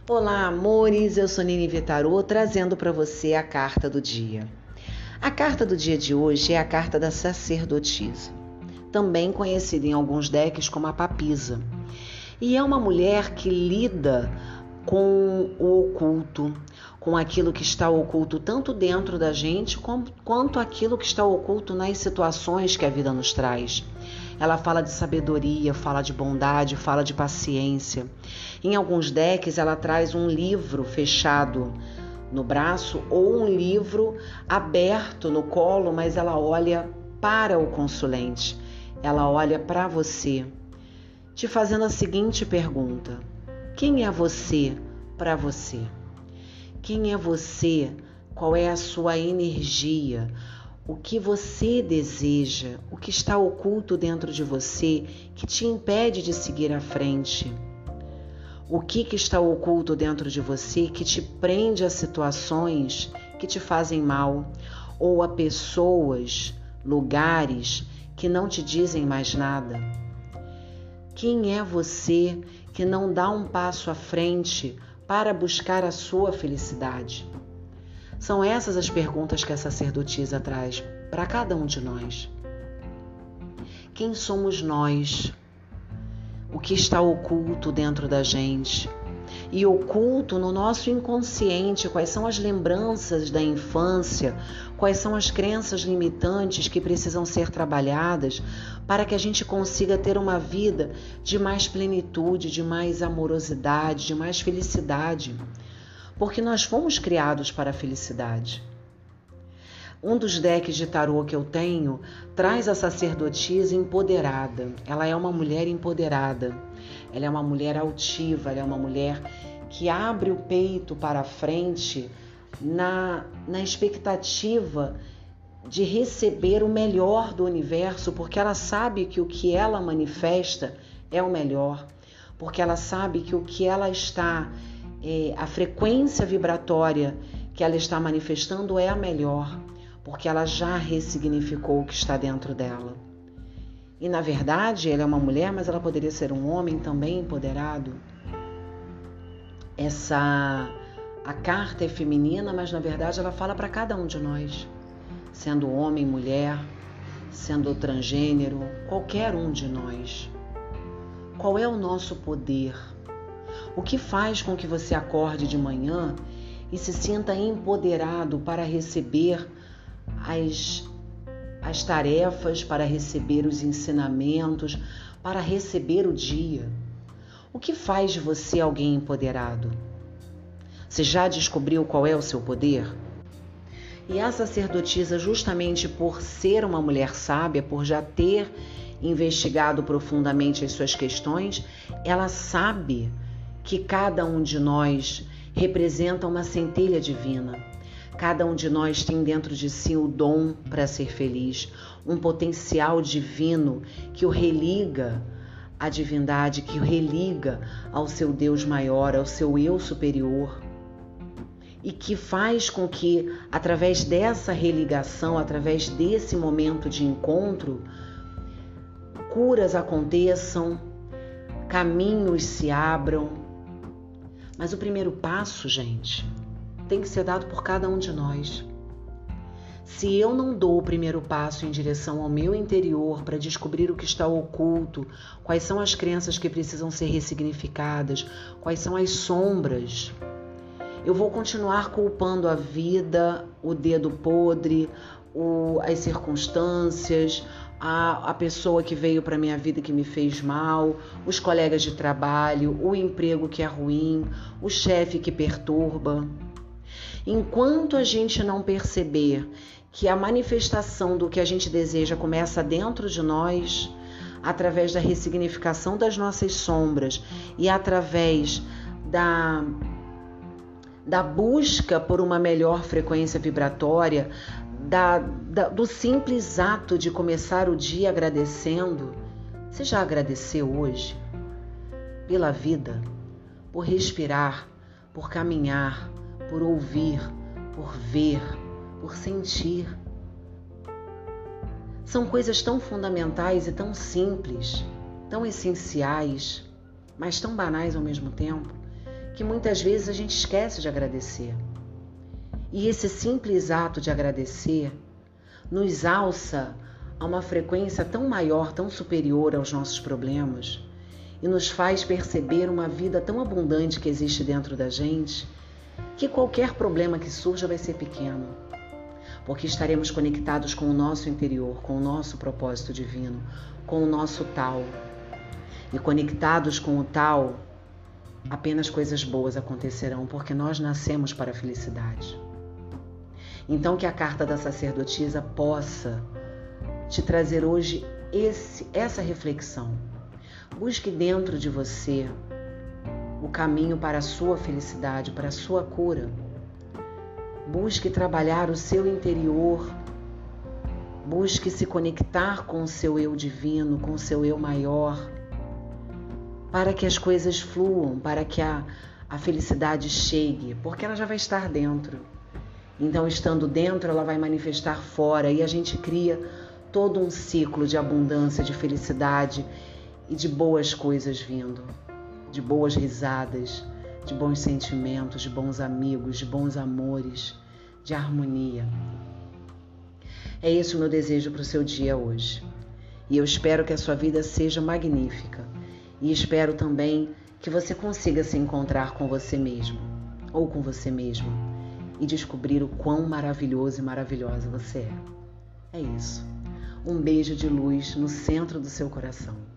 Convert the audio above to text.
Olá, amores, eu sou Nini Vitarô, trazendo para você a carta do dia. A carta do dia de hoje é a carta da sacerdotisa, também conhecida em alguns decks como a papisa. E é uma mulher que lida com o oculto, com aquilo que está oculto tanto dentro da gente quanto aquilo que está oculto nas situações que a vida nos traz. Ela fala de sabedoria, fala de bondade, fala de paciência. Em alguns decks ela traz um livro fechado no braço ou um livro aberto no colo, mas ela olha para o consulente, ela olha para você, te fazendo a seguinte pergunta: quem é você para você? Quem é você? Qual é a sua energia? O que você deseja? O que está oculto dentro de você que te impede de seguir à frente? O que está oculto dentro de você que te prende a situações que te fazem mal ou a pessoas, lugares que não te dizem mais nada? Quem é você que não dá um passo à frente para buscar a sua felicidade? São essas as perguntas que a sacerdotisa traz para cada um de nós. Quem somos nós? O que está oculto dentro da gente? E oculto no nosso inconsciente, quais são as lembranças da infância, quais são as crenças limitantes que precisam ser trabalhadas para que a gente consiga ter uma vida de mais plenitude, de mais amorosidade, de mais felicidade. Porque nós fomos criados para a felicidade. Um dos decks de tarô que eu tenho traz a sacerdotisa empoderada. Ela é uma mulher empoderada. Ela é uma mulher altiva, ela é uma mulher que abre o peito para a frente na expectativa de receber o melhor do universo, porque ela sabe que o que ela manifesta é o melhor, porque ela sabe que o que ela está, a frequência vibratória que ela está manifestando é a melhor, porque ela já ressignificou o que está dentro dela. E na verdade, ela é uma mulher, mas ela poderia ser um homem também empoderado. A carta é feminina, mas na verdade ela fala para cada um de nós, sendo homem, mulher, sendo transgênero, qualquer um de nós. Qual é o nosso poder? O que faz com que você acorde de manhã e se sinta empoderado para receber as tarefas, para receber os ensinamentos, para receber o dia? O que faz de você alguém empoderado? Você já descobriu qual é o seu poder? E a sacerdotisa, justamente por ser uma mulher sábia, por já ter investigado profundamente as suas questões, ela sabe que cada um de nós representa uma centelha divina. Cada um de nós tem dentro de si o dom para ser feliz, um potencial divino que o religa à divindade, que o religa ao seu Deus maior, ao seu eu superior, e que faz com que, através dessa religação, através desse momento de encontro, curas aconteçam, caminhos se abram. Mas o primeiro passo, gente, tem que ser dado por cada um de nós. Se eu não dou o primeiro passo em direção ao meu interior para descobrir o que está oculto, quais são as crenças que precisam ser ressignificadas, quais são as sombras, eu vou continuar culpando a vida, o dedo podre, as circunstâncias, a pessoa que veio para minha vida que me fez mal, os colegas de trabalho, o emprego que é ruim, o chefe que perturba. Enquanto a gente não perceber que a manifestação do que a gente deseja começa dentro de nós, através da ressignificação das nossas sombras e através da busca por uma melhor frequência vibratória, do simples ato de começar o dia agradecendo. Você já agradeceu hoje? Pela vida, por respirar, por caminhar, por ouvir, por ver, por sentir. São coisas tão fundamentais e tão simples, tão essenciais, mas tão banais ao mesmo tempo, que muitas vezes a gente esquece de agradecer. E esse simples ato de agradecer nos alça a uma frequência tão maior, tão superior aos nossos problemas e nos faz perceber uma vida tão abundante que existe dentro da gente, que qualquer problema que surja vai ser pequeno, porque estaremos conectados com o nosso interior, com o nosso propósito divino, com o nosso tal. E conectados com o tal, apenas coisas boas acontecerão, porque nós nascemos para a felicidade. Então que a carta da sacerdotisa possa te trazer hoje essa reflexão. Busque dentro de você o caminho para a sua felicidade, para a sua cura. Busque trabalhar o seu interior. Busque se conectar com o seu eu divino, com o seu eu maior, para que as coisas fluam, para que a felicidade chegue, porque ela já vai estar dentro. Então, estando dentro, ela vai manifestar fora e a gente cria todo um ciclo de abundância, de felicidade e de boas coisas vindo, de boas risadas, de bons sentimentos, de bons amigos, de bons amores, de harmonia. É esse o meu desejo para o seu dia hoje. E eu espero que a sua vida seja magnífica. E espero também que você consiga se encontrar com você mesmo ou com você mesma e descobrir o quão maravilhoso e maravilhosa você é. É isso. Um beijo de luz no centro do seu coração.